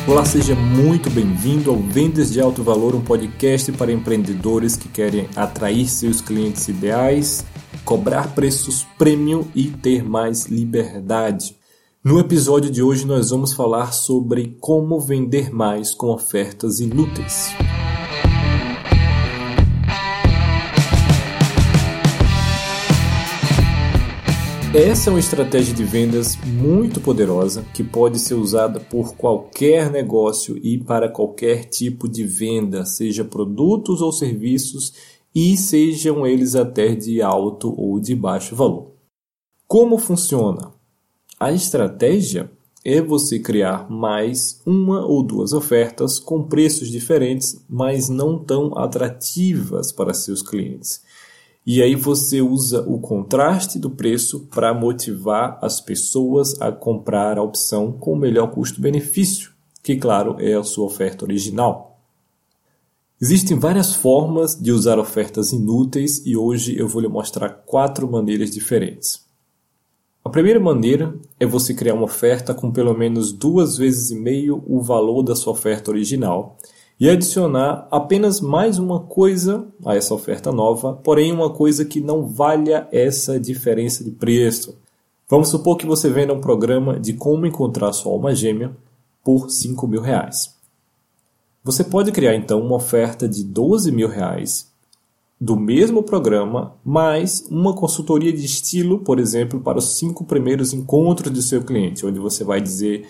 Olá, seja muito bem-vindo ao Vendas de Alto Valor, um podcast para empreendedores que querem atrair seus clientes ideais, cobrar preços premium e ter mais liberdade. No episódio de hoje nós vamos falar sobre como vender mais com ofertas inúteis. Essa é uma estratégia de vendas muito poderosa que pode ser usada por qualquer negócio e para qualquer tipo de venda, seja produtos ou serviços e sejam eles até de alto ou de baixo valor. Como funciona? A estratégia é você criar mais uma ou duas ofertas com preços diferentes, mas não tão atrativas para seus clientes. E aí você usa o contraste do preço para motivar as pessoas a comprar a opção com o melhor custo-benefício, que claro é a sua oferta original. Existem várias formas de usar ofertas inúteis e hoje eu vou lhe mostrar 4 maneiras diferentes. A primeira maneira é você criar uma oferta com pelo menos 2,5 vezes o valor da sua oferta original e adicionar apenas mais uma coisa a essa oferta nova, porém uma coisa que não valha essa diferença de preço. Vamos supor que você venda um programa de como encontrar sua alma gêmea por R$5.000. Você pode criar então uma oferta de R$12.000 do mesmo programa, mais uma consultoria de estilo, por exemplo, para os 5 primeiros encontros do seu cliente, onde você vai dizer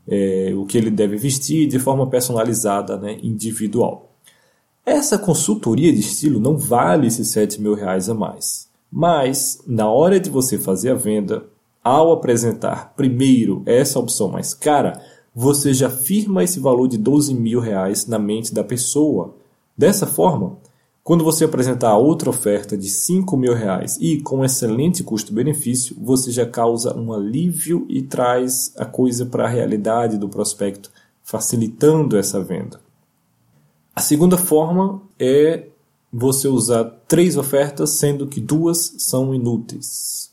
o que ele deve vestir de forma personalizada, individual. Essa consultoria de estilo não vale esses R$7.000 a mais. Mas, na hora de você fazer a venda, ao apresentar primeiro essa opção mais cara, você já firma esse valor de R$12.000 na mente da pessoa. Dessa forma, quando você apresentar outra oferta de R$5.000 e com excelente custo-benefício, você já causa um alívio e traz a coisa para a realidade do prospecto, facilitando essa venda. A segunda forma é você usar 3 ofertas, sendo que 2 são inúteis.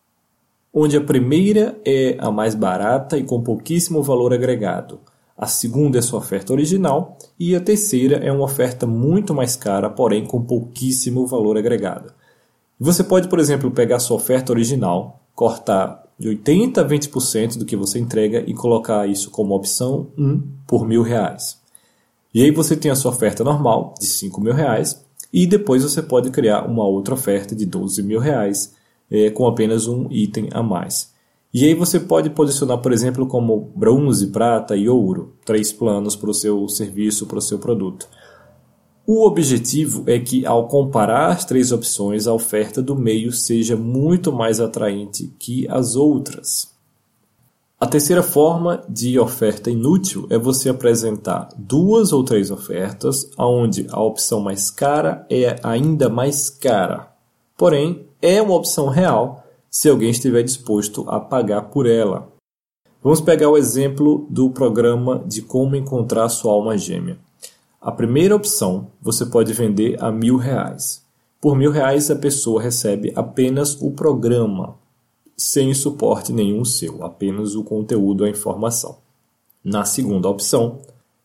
Onde a primeira é a mais barata e com pouquíssimo valor agregado. A segunda é sua oferta original e a terceira é uma oferta muito mais cara, porém com pouquíssimo valor agregado. Você pode, por exemplo, pegar sua oferta original, cortar de 80% a 20% do que você entrega e colocar isso como opção 1 por R$1.000. E aí você tem a sua oferta normal de R$5.000 e depois você pode criar uma outra oferta de R$12.000 com apenas um item a mais. E aí você pode posicionar, por exemplo, como bronze, prata e ouro, 3 planos para o seu serviço, para o seu produto. O objetivo é que, ao comparar as 3 opções, a oferta do meio seja muito mais atraente que as outras. A terceira forma de oferta inútil é você apresentar 2 ou 3 ofertas, onde a opção mais cara é ainda mais cara. Porém, é uma opção real se alguém estiver disposto a pagar por ela. Vamos pegar o exemplo do programa de como encontrar sua alma gêmea. A primeira opção você pode vender a R$1.000. Por R$1.000 a pessoa recebe apenas o programa, sem suporte nenhum seu, apenas o conteúdo, a informação. Na segunda opção,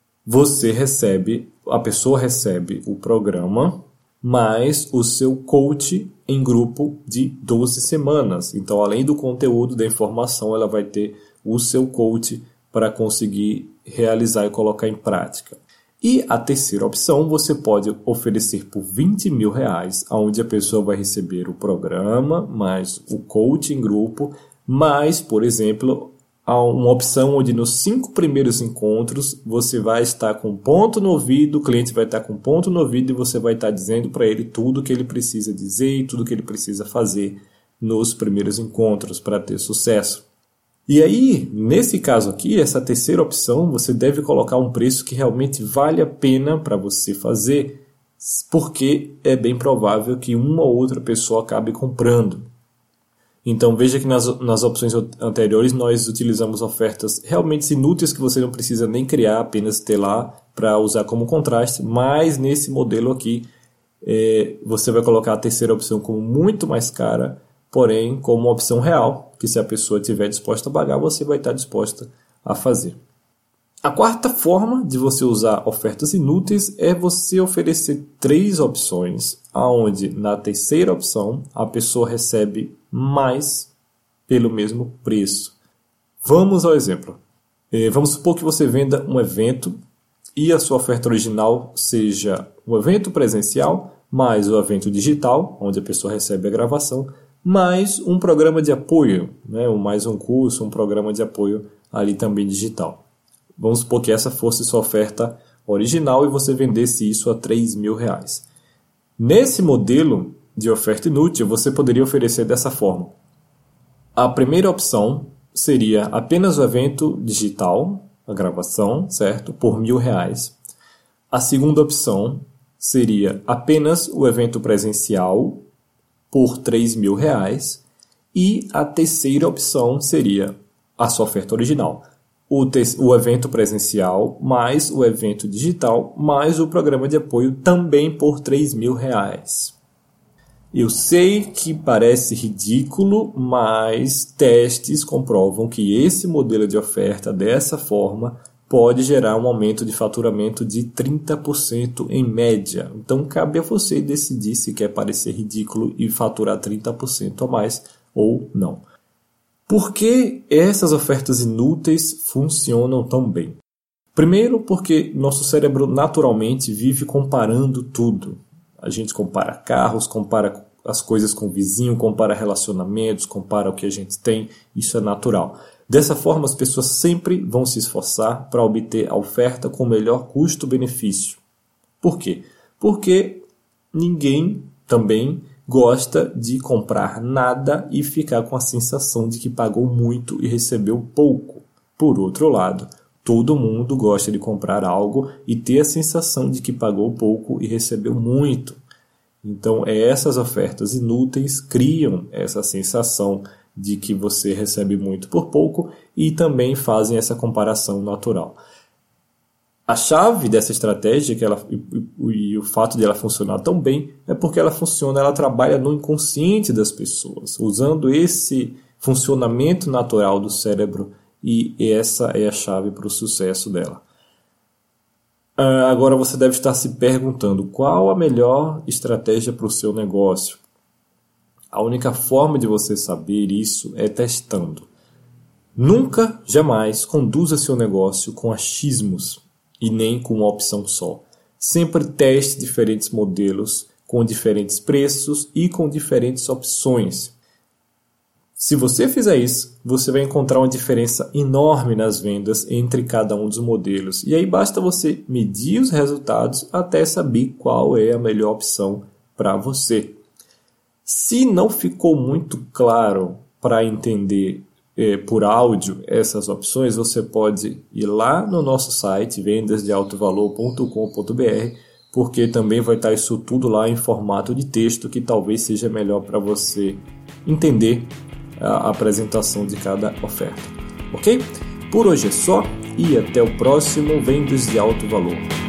a pessoa recebe o programa mais o seu coach em grupo de 12 semanas. Então, além do conteúdo, da informação, ela vai ter o seu coach para conseguir realizar e colocar em prática. E a terceira opção, você pode oferecer por R$20.000, onde a pessoa vai receber o programa, mais o coach em grupo, mais, por exemplo, uma opção onde nos 5 primeiros encontros você vai estar com ponto no ouvido, o cliente vai estar com ponto no ouvido e você vai estar dizendo para ele tudo o que ele precisa dizer e tudo o que ele precisa fazer nos primeiros encontros para ter sucesso. E aí, nesse caso aqui, essa terceira opção, você deve colocar um preço que realmente vale a pena para você fazer, porque é bem provável que uma ou outra pessoa acabe comprando. Então veja que nas opções anteriores nós utilizamos ofertas realmente inúteis que você não precisa nem criar, apenas ter lá para usar como contraste, mas nesse modelo aqui você vai colocar a terceira opção como muito mais cara, porém como uma opção real, que se a pessoa estiver disposta a pagar, você vai estar disposta a fazer. A quarta forma de você usar ofertas inúteis é você oferecer 3 opções, onde na terceira opção a pessoa recebe mais pelo mesmo preço. Vamos ao exemplo. Vamos supor que você venda um evento e a sua oferta original seja um evento presencial, mais o evento digital, onde a pessoa recebe a gravação, mais um programa de apoio, né? Mais um curso, um programa de apoio ali também digital. Vamos supor que essa fosse sua oferta original e você vendesse isso a R$3.000. Nesse modelo de oferta inútil, você poderia oferecer dessa forma. A primeira opção seria apenas o evento digital, a gravação, certo? Por R$1.000. A segunda opção seria apenas o evento presencial por R$3.000. E a terceira opção seria a sua oferta original. O evento presencial, mais o evento digital, mais o programa de apoio também por R$3.000. Eu sei que parece ridículo, mas testes comprovam que esse modelo de oferta dessa forma pode gerar um aumento de faturamento de 30% em média. Então cabe a você decidir se quer parecer ridículo e faturar 30% a mais ou não. Por que essas ofertas inúteis funcionam tão bem? Primeiro, porque nosso cérebro naturalmente vive comparando tudo. A gente compara carros, compara as coisas com o vizinho, compara relacionamentos, compara o que a gente tem. Isso é natural. Dessa forma, as pessoas sempre vão se esforçar para obter a oferta com o melhor custo-benefício. Por quê? Porque ninguém também gosta de comprar nada e ficar com a sensação de que pagou muito e recebeu pouco. Por outro lado, todo mundo gosta de comprar algo e ter a sensação de que pagou pouco e recebeu muito. Então, essas ofertas inúteis criam essa sensação de que você recebe muito por pouco e também fazem essa comparação natural. A chave dessa estratégia e o fato de ela funcionar tão bem é porque ela trabalha no inconsciente das pessoas, usando esse funcionamento natural do cérebro, e essa é a chave para o sucesso dela. Agora você deve estar se perguntando qual a melhor estratégia para o seu negócio. A única forma de você saber isso é testando. Nunca, jamais conduza seu negócio com achismos e nem com uma opção só. Sempre teste diferentes modelos com diferentes preços e com diferentes opções. Se você fizer isso, você vai encontrar uma diferença enorme nas vendas entre cada um dos modelos. E aí basta você medir os resultados até saber qual é a melhor opção para você. Se não ficou muito claro para entender por áudio essas opções, você pode ir lá no nosso site vendasdealtovalor.com.br, porque também vai estar isso tudo lá em formato de texto, que talvez seja melhor para você entender a apresentação de cada oferta. Ok? Por hoje é só e até o próximo Vendas de Alto Valor.